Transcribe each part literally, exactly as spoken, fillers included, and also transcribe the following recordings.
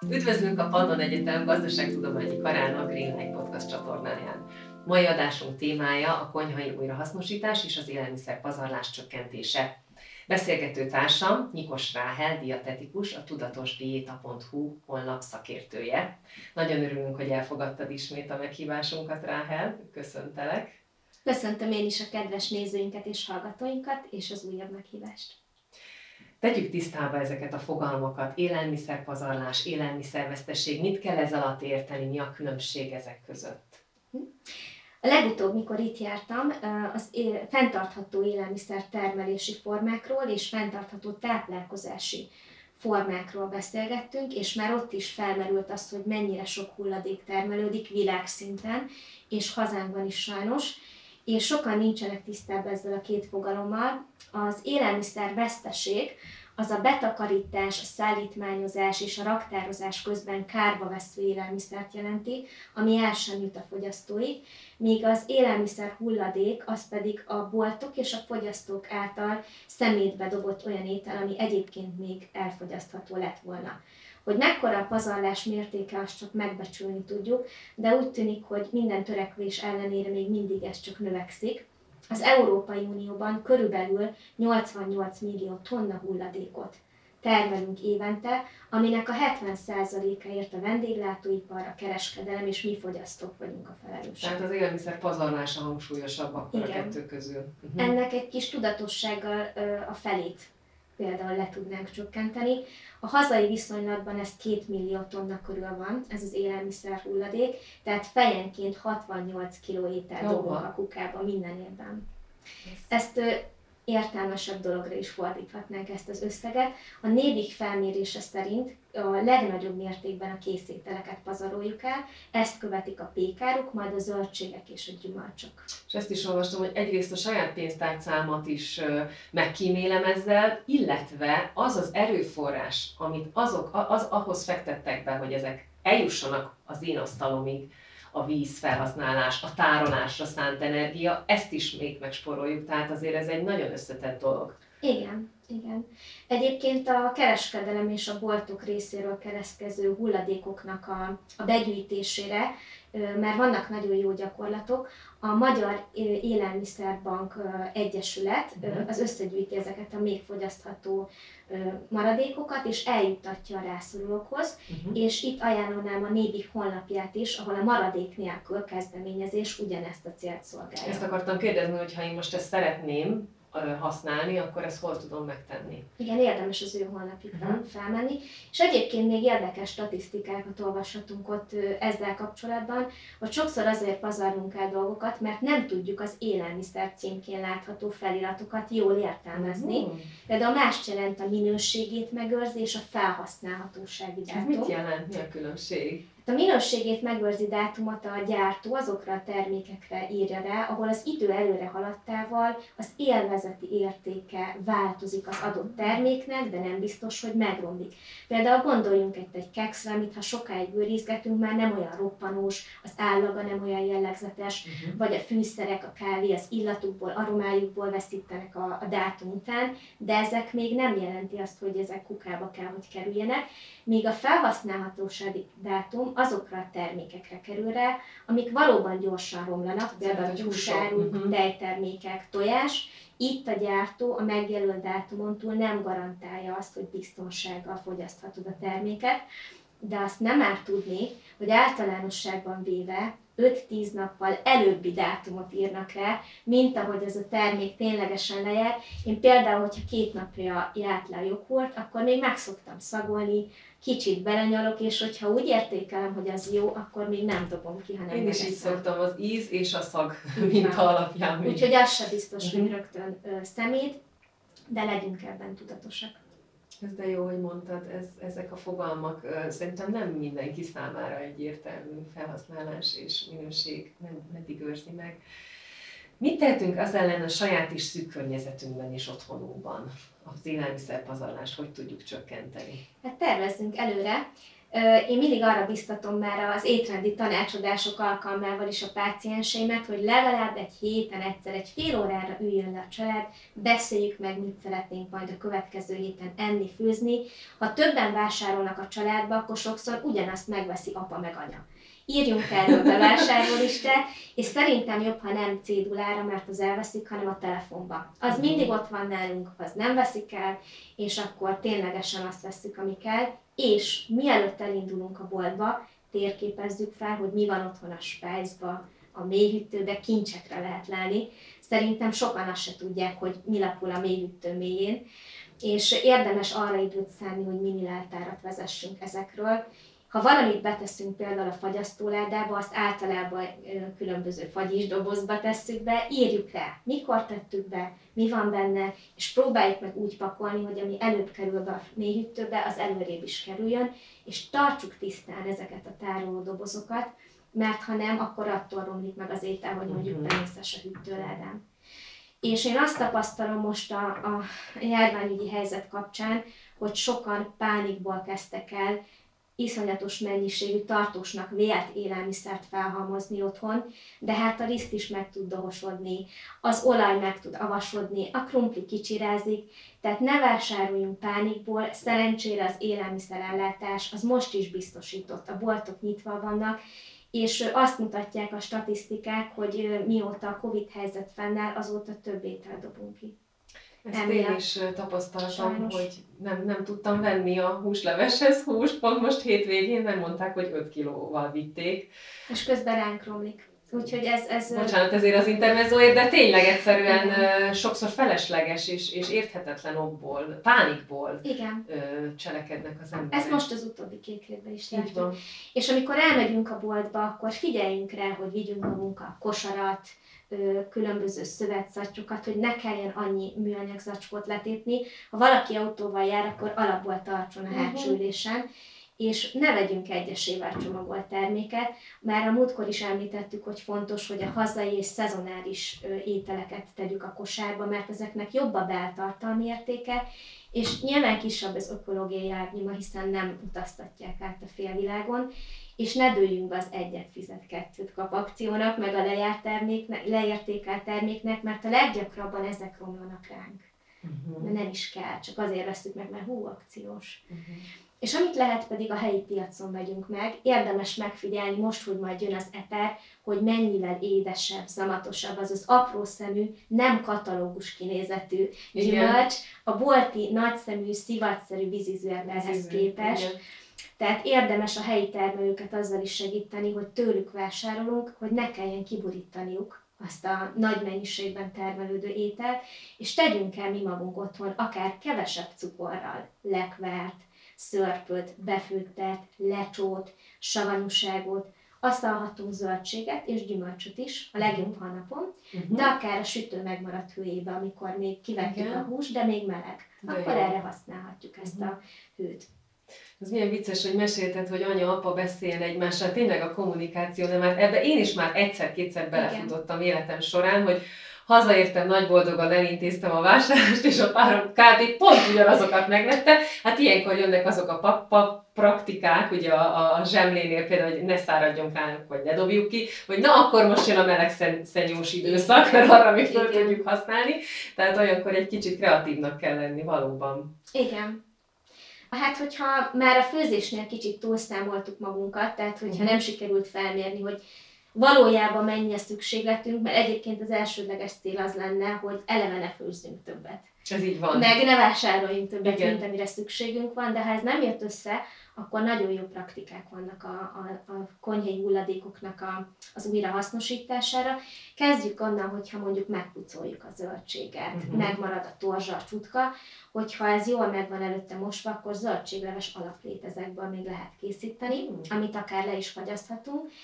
Üdvözlünk a Pannon Egyetem Gazdaságtudományi Karának Greenlight Podcast csatornáján. Mai adásunk témája a konyhai újrahasznosítás és az élelmiszer pazarlás csökkentése. Beszélgető társam Nyikos Ráhel, dietetikus, a tudatosdieta pont hu honlap szakértője. Nagyon örülünk, hogy elfogadtad ismét a meghívásunkat, Ráhel. Köszöntelek. Köszöntöm én is a kedves nézőinket és hallgatóinkat, és az újabb meghívást. Tegyük tisztába ezeket a fogalmakat, élelmiszerpazarlás, élelmiszerveszteség, mit kell ez alatt érteni, mi a különbség ezek között? A legutóbb, mikor itt jártam, az fenntartható élelmiszer termelési formákról és fenntartható táplálkozási formákról beszélgettünk, és már ott is felmerült az, hogy mennyire sok hulladék termelődik világszinten, és hazánkban is sajnos, és sokan nincsenek tisztában ezzel a két fogalommal. Az élelmiszer veszteség az a betakarítás, a szállítmányozás és a raktározás közben kárba vesző élelmiszert jelenti, ami el sem jut a fogyasztóig, míg az élelmiszer hulladék az pedig a boltok és a fogyasztók által szemétbe dobott olyan étel, ami egyébként még elfogyasztható lett volna. Hogy mekkora a pazarlás mértéke, azt csak megbecsülni tudjuk, de úgy tűnik, hogy minden törekvés ellenére még mindig ez csak növekszik. Az Európai Unióban körülbelül nyolcvannyolc millió tonna hulladékot termelünk évente, aminek a hetven százalékáért a vendéglátóipar, a kereskedelem és mi fogyasztók vagyunk a felelősek. Tehát az élelmiszer pazarlása hangsúlyosabb akkor a kettő közül. Uh-huh. Ennek egy kis tudatossággal a felét például le tudnánk csökkenteni. A hazai viszonylatban ez két millió tonna körül van, ez az élelmiszer hulladék, tehát fejenként hatvannyolc kiló étel dobunk a kukába minden évben. Ezt ö, értelmesebb dologra is fordíthatnánk ezt az összeget. A Nébik felmérése szerint a legnagyobb mértékben a készételeket pazaroljuk el, ezt követik a pékáruk, majd a zöldségek és a gyümölcsök. És ezt is olvastam, hogy egyrészt a saját pénztárcámat is megkímélem ezzel, illetve az az erőforrás, amit azok, az, ahhoz fektettek be, hogy ezek eljussanak az én asztalomig, a vízfelhasználás, a tárolásra szánt energia, ezt is még megspóroljuk, tehát azért ez egy nagyon összetett dolog. Igen, igen. Egyébként a kereskedelem és a boltok részéről keletkező hulladékoknak a, a begyűjtésére, mert vannak nagyon jó gyakorlatok. A Magyar Élelmiszerbank Egyesület az összegyűjti ezeket a még fogyasztható maradékokat, és eljuttatja a rászorulókhoz, uh-huh. és itt ajánlom a Nébik honlapját is, ahol a maradék nélkül kezdeményezés ugyanezt a célt szolgálja. Ezt akartam kérdezni, hogy ha én most ezt szeretném használni, akkor ezt hol tudom megtenni? Igen, érdemes az ő honlapjukra uh-huh. felmenni. És egyébként még érdekes statisztikákat olvashatunk ott ezzel kapcsolatban, hogy sokszor azért pazarlunk el dolgokat, mert nem tudjuk az élelmiszer címkén látható feliratokat jól értelmezni. Uh-huh. Például mást jelent a minőségét megőrzi és a felhasználhatósági dátum. Ez mit jelent? Mi a különbség? A minőségét megőrzi dátumot a gyártó azokra a termékekre írja rá, ahol az idő előre haladtával az élvezeti értéke változik az adott terméknek, de nem biztos, hogy megromlik. Például gondoljunk egy, egy kekszre, amit ha sokáig őrizgetünk, már nem olyan roppanós, az állaga nem olyan jellegzetes, uh-huh. vagy a fűszerek, a kávé, az illatukból, aromájukból veszítenek a, a dátum után, de ezek még nem jelenti azt, hogy ezek kukába kell, hogy kerüljenek, míg a felhasználhatósági dátum azokra a termékekre kerül rá, amik valóban gyorsan romlanak, például húsáru, uh-huh. tejtermékek, tojás. Itt a gyártó a megjelölt dátumon túl nem garantálja azt, hogy biztonsággal fogyaszthatod a terméket, de azt nem árt tudni, hogy általánosságban véve öt-tíz nappal előbbi dátumot írnak rá, mint ahogy ez a termék ténylegesen lejár. Én például, hogyha két napja járt le a joghurt, akkor még meg szoktam szagolni, kicsit belenyalok, és hogyha úgy értékelem, hogy az jó, akkor még nem dobom ki, hanem én is így szoktam, az íz és a szag minta alapján. Úgyhogy az se biztos, hogy rögtön ö, szemét, de legyünk ebben tudatosak. Ez de jó, hogy mondtad, ez, ezek a fogalmak uh, szerintem nem mindenki számára egyértelmű, felhasználás és minőség, nem meddig őrzi meg. Mit tehetünk az ellen a saját is szűk környezetünkben és otthonunkban? Az élelmiszerpazarlást hogy tudjuk csökkenteni? Hát tervezzünk előre. Én mindig arra biztatom már az étrendi tanácsadások alkalmával is a pácienseimet, hogy legalább egy héten egyszer, egy fél órára üljön le a család, beszéljük meg, mit szeretnénk majd a következő héten enni, főzni. Ha többen vásárolnak a családba, akkor sokszor ugyanazt megveszi apa meg anya. Írjunk erről a bevásárlólistát, és szerintem jobb, ha nem cédulára, mert az elveszik, hanem a telefonba. Az mindig ott van nálunk, az nem veszik el, és akkor ténylegesen azt vesszük, ami kell, és mielőtt elindulunk a boltba, térképezzük fel, hogy mi van otthon a spájzba, a mélyhűtőbe, kincsekre lehet lelni. Szerintem sokan azt se tudják, hogy mi lapul a mélyhűtő mélyén, és érdemes arra időt szánni, hogy mini leltárat vezessünk ezekről. Ha valamit beteszünk például a fagyasztóládába, azt általában különböző fagyis dobozba tesszük be, írjuk le, mikor tettük be, mi van benne, és próbáljuk meg úgy pakolni, hogy ami előbb kerül be a mélyhűtőbe, az előrébb is kerüljön, és tartsuk tisztán ezeket a tároló dobozokat, mert ha nem, akkor attól romlik meg az étel, hogy mondjuk bemészes a hűtőládán. És én azt tapasztalom most a, a járványügyi helyzet kapcsán, hogy sokan pánikból kezdtek el iszonyatos mennyiségű tartósnak vélt élelmiszert felhalmozni otthon, de hát a liszt is meg tud dohosodni, az olaj meg tud avasodni, a krumpli kicsirázik, tehát ne vásároljunk pánikból, szerencsére az élelmiszerellátás az most is biztosított, a boltok nyitva vannak, és azt mutatják a statisztikák, hogy mióta a Covid helyzet fennáll, azóta több ételt dobunk ki. Ezt Emiatt. Én is tapasztaltam, Sajnos. hogy nem, nem tudtam venni a húsleveshez húst, pont most hétvégén, mert mondták, hogy öt kilóval vitték. És közben ránk romlik. Úgyhogy ez... ez Bocsánat ezért az intermezzoért, de tényleg egyszerűen uh, sokszor felesleges és, és érthetetlen okból, pánikból Igen. Uh, cselekednek az emberek. Ez most az utóbbi két hétben is látjuk. És amikor elmegyünk a boltba, akkor figyeljünk rá, hogy vigyünk magunkkal kosarat, különböző szövetszatyokat, hogy ne kelljen annyi műanyag zacskót letépni. Ha valaki autóval jár, akkor alapból tartson a hátsó ülésen, és ne vegyünk egyesével csomagolt terméket. Már a múltkor is említettük, hogy fontos, hogy a hazai és szezonális ételeket tegyük a kosárba, mert ezeknek jobb a beltartalmi értéke, és nyilván kisebb az ökológiai lábnyoma, hiszen nem utaztatják át a félvilágon, és ne dőljünk be az egyet fizet kettőt kap akciónak, meg a lejárt terméknek, leértékelt terméknek, mert a leggyakrabban ezek romlanak ránk. Uh-huh. De nem is kell, csak azért vesztük meg, mert hú, akciós. Uh-huh. És amit lehet, pedig a helyi piacon vegyünk meg, érdemes megfigyelni most, hogy majd jön az eper, hogy mennyivel édesebb, zamatosabb, az az apró szemű, nem katalógus kinézetű gyümölcs, a bolti nagyszemű, szivatszerű vízízű eperhez képest. Igen. Tehát érdemes a helyi termelőket azzal is segíteni, hogy tőlük vásárolunk, hogy ne kelljen kiburítaniuk azt a nagy mennyiségben termelődő ételt, és tegyünk el mi magunk otthon, akár kevesebb cukorral, lekvárt, szörpöt, befőttet, lecsót, savanyúságot, asztalhatunk zöldséget és gyümölcsöt is, a legjobb halnapon, uh-huh. de akár a sütő megmaradt hőjébe, amikor még kivettük a húst, de még meleg, de akkor jó. Erre használhatjuk ezt uh-huh. a hőt. Ez milyen vicces, hogy mesélted, hogy anya, apa beszél egymással, tényleg a kommunikáció, de már ebbe én is már egyszer-kétszer belefutottam életem során, hogy hazaértem nagy boldogan, elintéztem a vásárlást, és a párom kb. Pont ugyanazokat megvette. Hát ilyenkor jönnek azok a pap, pap praktikák, ugye a, a zsemlénél például, hogy ne száradjon ránk, vagy ne dobjuk ki, hogy na akkor most jön a melegszenyós időszak, mert arra még fel tudjuk használni. Tehát olyankor egy kicsit kreatívnak kell lenni valóban. Igen. Hát, hogyha már a főzésnél kicsit túlszámoltuk magunkat, tehát hogyha nem sikerült felmérni, hogy valójában mennyi a szükségletünk, mert egyébként az elsődleges cél az lenne, hogy eleve ne főzzünk többet. Ez így van. Meg ne vásároljunk többet, Igen. mint amire szükségünk van, de ha ez nem jött össze, akkor nagyon jó praktikák vannak a, a, a konyhai hulladékoknak a, az újrahasznosítására. Kezdjük onnan, hogyha mondjuk megpucoljuk a zöldséget, uh-huh. megmarad a torzsa, a csutka, hogyha ez jól meg van előtte mosva, akkor zöldségleves alaplétezekből még lehet készíteni, uh-huh. amit akár le is fagyaszthatunk.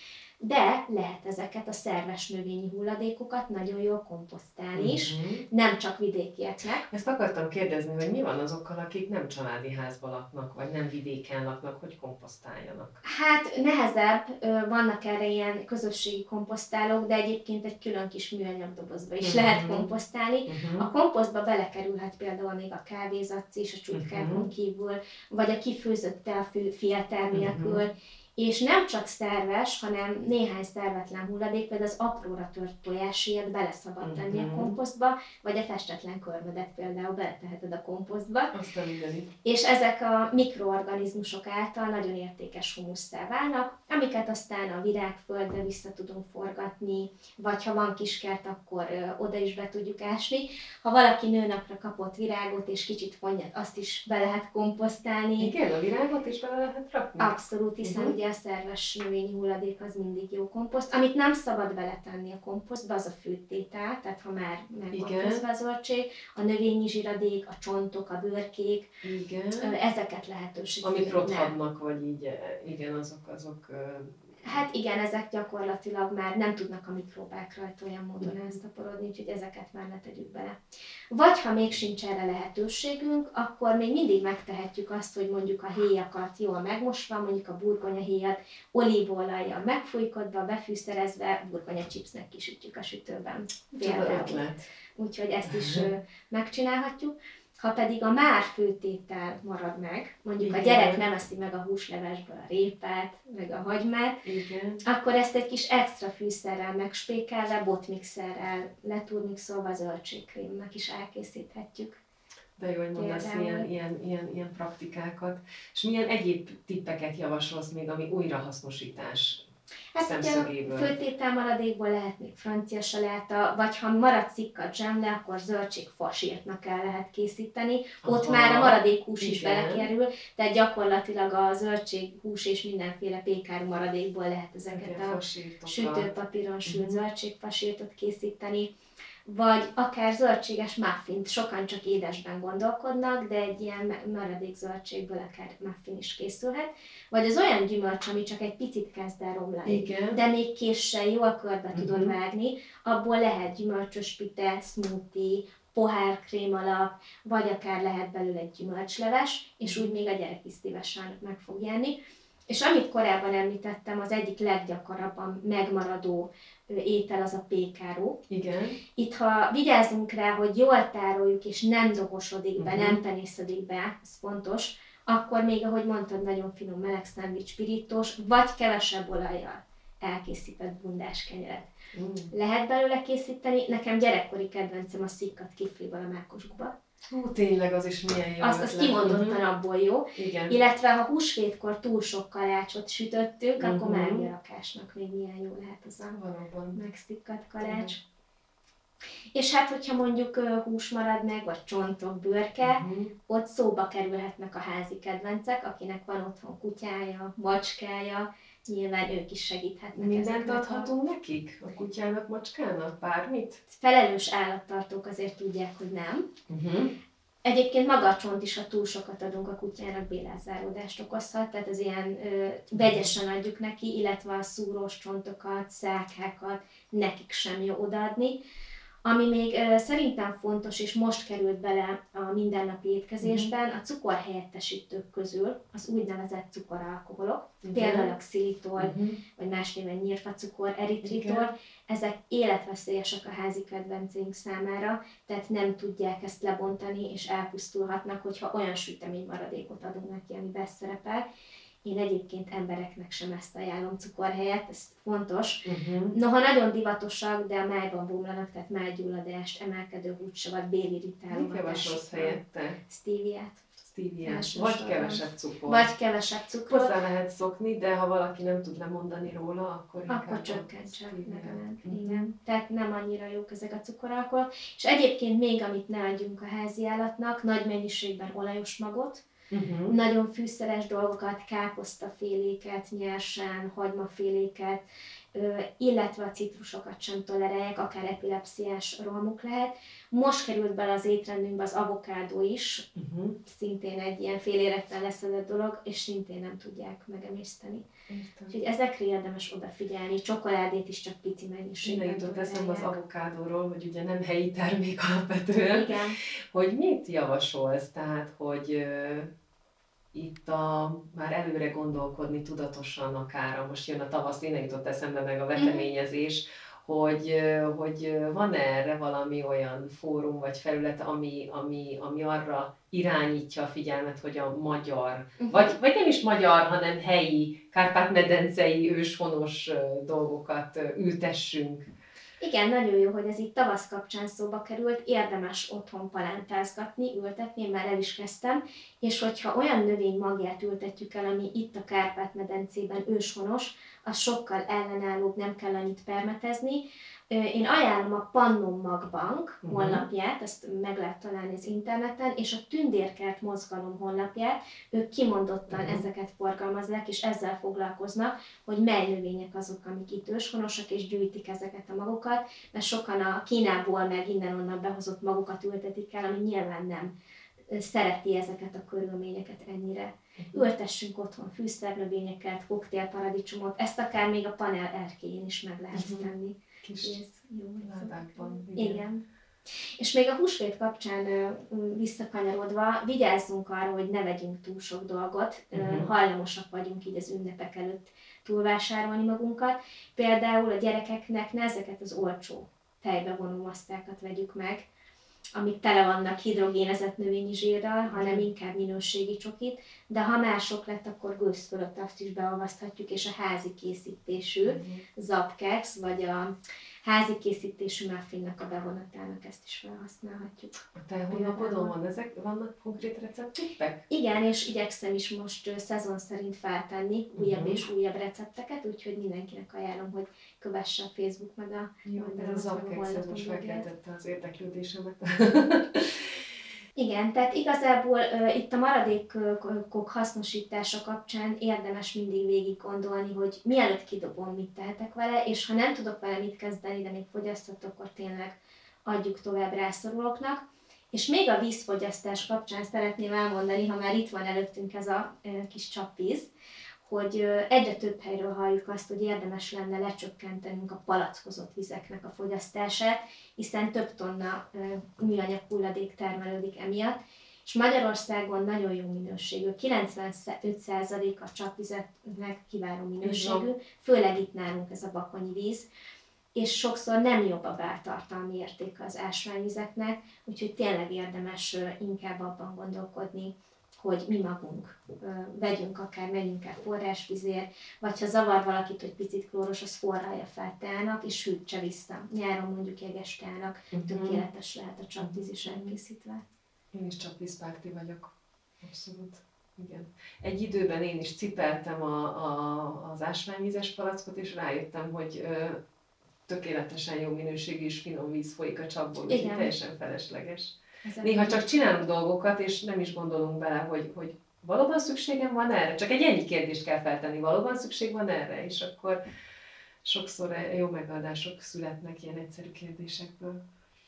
de lehet ezeket a szerves növényi hulladékokat nagyon jól komposztálni is, uh-huh. nem csak vidékieknek. Ezt akartam kérdezni, hogy mi van azokkal, akik nem családi házban laknak, vagy nem vidéken laknak, hogy komposztáljanak? Hát nehezebb, vannak erre ilyen közösségi komposztálók, de egyébként egy külön kis műanyag dobozba is uh-huh. lehet komposztálni. Uh-huh. A komposztba belekerülhet például még a kávézacc is, a csuttkákon uh-huh. kívül, vagy a kifőzött tea filter nélkül, uh-huh. és nem csak szerves, hanem néhány szervetlen hulladék, például az apróra tört tojásért bele szabad tenni uh-huh. a komposztba, vagy a festetlen körmödet például beleteheted a komposztba. Aztán mindenit. És ezek a mikroorganizmusok által nagyon értékes humusszá válnak, amiket aztán a virágföldbe vissza tudunk forgatni, vagy ha van kiskert, akkor ö, oda is be tudjuk ásni. Ha valaki nőnapra kapott virágot és kicsit fonnyat, azt is be lehet komposztálni. Igen, a virágot is bele lehet rakni? Abszolút, hiszen uh-huh. ugye a szerves növényi hulladék az mindig jó komposzt. Amit nem szabad beletenni a komposztba, az a főtétel, tehát ha már meg van közve a zöldség, a növényi zsiradék, a csontok, a bőrkék, igen. ezeket lehetőség. Amik rothadnak, vagy így, igen, azok, azok... Hát igen, ezek gyakorlatilag már nem tudnak a mikróbák rajta olyan módon elszaporodni, úgyhogy ezeket már ne tegyük bele. Vagy ha még sincs erre lehetőségünk, akkor még mindig megtehetjük azt, hogy mondjuk a héjakat jól megmosva, mondjuk a burgonyahéjat olívaolajjal megfújkodva, befűszerezve, burgonyacsipsznek kisütjük a sütőben. Úgyhogy ezt is megcsinálhatjuk. Ha pedig a már főtétel marad meg, mondjuk igen. a gyerek nem eszi meg a húslevesből a répát, meg a hagymát, igen. akkor ezt egy kis extra fűszerrel megspékelve, botmixerrel leturmixolva zöldségkrémnek is elkészíthetjük. De jó, hogy mondasz ilyen, ilyen, ilyen, ilyen praktikákat. És milyen egyéb tippeket javasolsz még, ami újrahasznosítás Hát szemszögéből? Ugye a főtétel maradékból lehet még francia saláta, vagy ha marad szikkat zsemle, akkor zöldségfasírtnak el lehet készíteni. Aha, ott már a maradék hús is belekerül, tehát gyakorlatilag a zöldség, hús és mindenféle pékáru maradékból lehet ezeket igen, a sütőpapíron sült uh-huh. zöldségfasírtot készíteni. Vagy akár zöldséges muffint, sokan csak édesben gondolkodnak, de egy ilyen maradék zöldségből akár muffin is készülhet. Vagy az olyan gyümölcs, ami csak egy picit kezd el romlani, igen. de még késsel jól körbe uh-huh. tudod vágni, abból lehet gyümölcsös pite, smoothie, pohár krémalap, vagy akár lehet belőle egy gyümölcsleves, és úgy még a gyerek is szívesen meg fog enni. És amit korábban említettem, az egyik leggyakorabban megmaradó étel az a pékáru. Igen. Itt, ha vigyázzunk rá, hogy jól tároljuk, és nem dobosodik be, uh-huh. nem penészedik be, ez fontos, akkor még, ahogy mondtad, nagyon finom meleg szendvics pirítós, vagy kevesebb olajjal elkészített bundás kenyeret. Uh. Lehet belőle készíteni, nekem gyerekkori kedvencem a szikkat kiflival a mákosguba. Hú, tényleg az is milyen jó. Azt, azt kimondottan uh-huh. abból jó. Igen. Illetve ha húsvétkor túl sok kalácsot sütöttünk, uh-huh. akkor mágiarakásnak még milyen jó lehet az a megszikkadt kalács. Uh-huh. És hát, hogyha mondjuk hús marad meg, vagy csontok, bőrke, uh-huh. ott szóba kerülhetnek a házi kedvencek, akinek van otthon kutyája, macskája, nyilván ők is segíthetnek. Mindent adhatunk a... nekik? A kutyának, macskának? Bármit? Felelős állattartók azért tudják, hogy nem. Uh-huh. Egyébként maga a csont is, ha túl sokat adunk a kutyának, bélázáródást okozhat, tehát az ilyen ö, vegyesen adjuk neki, illetve a szúrós csontokat, szálkákat nekik sem jó odaadni. Ami még uh, szerintem fontos, és most került bele a mindennapi étkezésben, a cukorhelyettesítők közül az úgynevezett cukoralkoholok, uh-huh. például a xilitol, uh-huh. vagy más néven nyírfacukor, eritritol, okay. ezek életveszélyesek a házi kedvenceink számára, tehát nem tudják ezt lebontani, és elpusztulhatnak, hogyha olyan süteménymaradékot adunk neki, ami beszerepel. Én egyébként embereknek sem ezt ajánlom cukor helyett, ez fontos. Uh-huh. Noha nagyon divatosak, de a májban bomlanak, tehát májgyulladást, emelkedő húgysavat, bélirritálómat. Mi javasolsz helyette? Stevia-t. Stevia-t. Vagy kevesebb cukor. Vagy kevesebb cukor. Hozzá lehet szokni, de ha valaki nem tud lemondani róla, akkor Akkor csökkentse legalább. Igen. Tehát nem annyira jók ezek a cukoralkoholok. És egyébként még, amit ne adjunk a házi állatnak, nagy mennyiségben olajos magot, uh-huh. nagyon fűszeres dolgokat, káposztaféléket, nyersen, hagymaféléket, illetve a citrusokat sem tolerálják, akár epilepsziás rohamuk lehet. Most került bele az étrendünkbe az avokádó is, uh-huh. szintén egy ilyen félérektel leszedett dolog, és szintén nem tudják megemészteni. Úgyhogy ezekre érdemes odafigyelni, csokoládét is csak pici mennyiségben. Innen jutott eszembe az avokádóról, hogy ugye nem helyi termék alapvetően. Igen. Hogy mit javasolsz? Tehát, hogy uh, itt a, már előre gondolkodni tudatosan akár, most jön a tavasz, innen jutott eszembe meg a veteményezés, hogy, hogy van erre valami olyan fórum vagy felület, ami, ami, ami arra irányítja a figyelmet, hogy a magyar, vagy, vagy nem is magyar, hanem helyi, kárpát-medencei, őshonos dolgokat ültessünk. Igen, nagyon jó, hogy ez itt tavasz kapcsán szóba került, érdemes otthon palántázgatni, ültetni, én már el is kezdtem, és hogyha olyan növény magját ültetjük el, ami itt a Kárpát-medencében őshonos, az sokkal ellenállóbb, nem kell annyit permetezni. Én ajánlom a Pannon Magbank uh-huh. honlapját, ezt meg lehet találni az interneten, és a Tündérkert Mozgalom honlapját, ők kimondottan uh-huh. ezeket forgalmazzák, és ezzel foglalkoznak, hogy mely növények azok, amik itt őshonosak, és gyűjtik ezeket a magokat, mert sokan a Kínából meg innen-onnan behozott magokat ültetik el, ami nyilván nem szereti ezeket a körülményeket ennyire. Uh-huh. Ültessünk otthon fűszernövényeket, koktélparadicsomot, ezt akár még a panel erkélyén is meg lehet uh-huh. tenni. Kis ládákban. Igen. igen. És még a húsvét kapcsán visszakanyarodva, vigyázzunk arra, hogy ne vegyünk túl sok dolgot, uh-huh. hajlamosak vagyunk így az ünnepek előtt túlvásárolni magunkat. Például a gyerekeknek ne ezeket az olcsó tejbevonó masztákat vegyük meg, amik tele vannak hidrogénezett növényi zsírral, hanem inkább minőségi csokit, de ha már sok lett, akkor gőz fölött azt is beolvaszthatjuk, és a házi készítésű uh-huh. zapkeks, vagy a házi készítésű muffinnak a bevonatának ezt is felhasználhatjuk. A te honlapodon van ezek? Vannak konkrét recepttippek? Igen, és igyekszem is most uh, szezon szerint feltenni újabb uh-huh. és újabb recepteket, úgyhogy mindenkinek ajánlom, hogy kövesse a Facebook meg a Jó, ez a zapkeks, ez most felkeltette az érdeklődésemet. Igen, tehát igazából uh, itt a maradékok hasznosítása kapcsán érdemes mindig végig gondolni, hogy mielőtt kidobom, mit tehetek vele, és ha nem tudok vele mit kezdeni, de még fogyaszthatok, akkor tényleg adjuk tovább rászorulóknak. És még a vízfogyasztás kapcsán szeretném elmondani, ha már itt van előttünk ez a uh, kis csapvíz, hogy uh, egyre több helyről halljuk azt, hogy érdemes lenne lecsökkentenünk a palackozott vizeknek a fogyasztását, hiszen több tonna uh, műanyag hulladék termelődik emiatt, és Magyarországon nagyon jó minőségű, kilencvenöt százalék a csapvizeknek kiváló minőségű, főleg itt nálunk ez a bakonyi víz, és sokszor nem jobb a bártartalmi értéke az ásványvizeknek, úgyhogy tényleg érdemes uh, inkább abban gondolkodni, hogy mi magunk ö, vegyünk akár, menjünk el forrásvizért, vagy ha zavar valakit, hogy picit klóros, az forralja fel teának, és hűtse vissza. Nyáron mondjuk jeges teának, uh-huh. tökéletes lehet a csapvíz is elkészítve. Én is csapvízpárti vagyok. Abszolút. Igen. Egy időben én is cipeltem a, a, az ásványvízes palackot, és rájöttem, hogy ö, tökéletesen jó minőségű és finom víz folyik a csapból, úgyhogy teljesen felesleges. Néha csak csinálunk dolgokat, és nem is gondolunk bele, hogy, hogy valóban szükségem van erre. Csak egy ennyi kérdést kell feltenni, valóban szükség van erre, és akkor sokszor jó megoldások születnek ilyen egyszerű kérdésekből.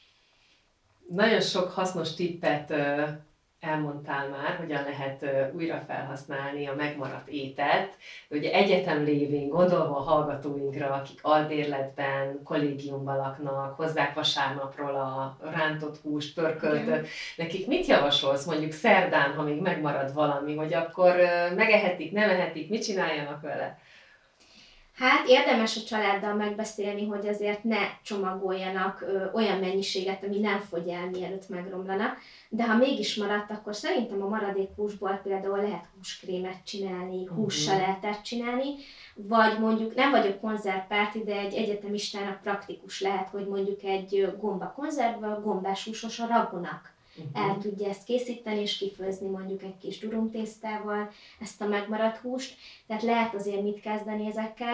Nagyon sok hasznos tippet elmondtál már, hogyan lehet újra felhasználni a megmaradt ételt. De ugye egyetem lévén, gondolva a hallgatóinkra, akik albérletben, kollégiumban laknak, hozzák vasárnapról a rántott húst, pörköltöt, nekik mit javasolsz mondjuk szerdán, ha még megmarad valami, hogy akkor megehetik, nem ehetik, mit csináljanak vele? Hát érdemes a családdal megbeszélni, hogy azért ne csomagoljanak ö, olyan mennyiséget, ami nem fogy el, mielőtt megromlana. De ha mégis maradt, akkor szerintem a maradék húsból például lehet húskrémet csinálni, hússalátát csinálni, vagy mondjuk, nem vagyok konzervpárti, de egy egyetemistának praktikus lehet, hogy mondjuk egy gomba konzervvel, gombás húsos a ragonak. Uh-huh. El tudja ezt készíteni és kifőzni mondjuk egy kis durumtésztával ezt a megmaradt húst, tehát lehet azért mit kezdeni ezekkel,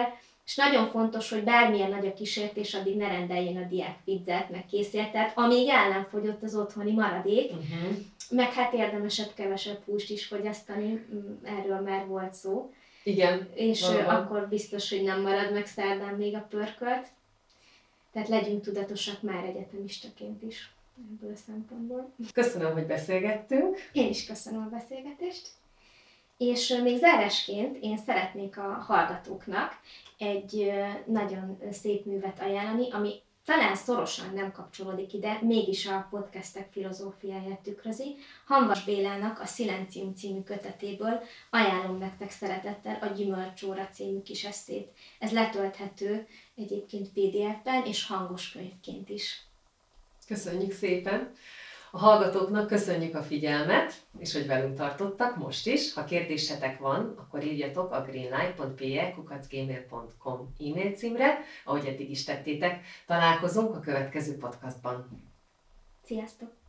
És nagyon fontos, hogy bármilyen nagy a kísértés, addig ne rendeljén a diák pizzát, meg készértet, amíg el nem fogyott az otthoni maradék, uh-huh. meg hát érdemesebb kevesebb húst is fogyasztani, erről már volt szó. Igen. És valóban. Akkor biztos, hogy nem marad meg szerdán még a pörkölt. Tehát legyünk tudatosak már egyetemistaként is ebből a szempontból. Köszönöm, hogy beszélgettünk. Én is köszönöm a beszélgetést. És még zárásként én szeretnék a hallgatóknak egy nagyon szép művet ajánlani, ami talán szorosan nem kapcsolódik ide, mégis a podcastek filozófiáját tükrözi. Hamvas Bélának a Szilencium című kötetéből ajánlom nektek szeretettel a Gyümölcsóra című kis esszét. Ez letölthető egyébként pé dé ef-ben és hangos könyvként is. Köszönjük szépen! A hallgatóknak köszönjük a figyelmet, és hogy velünk tartottak most is. Ha kérdésetek van, akkor írjatok a greenlight pont p e kukac gmail pont com e-mail címre, ahogy eddig is tettétek. Találkozunk a következő podcastban. Sziasztok!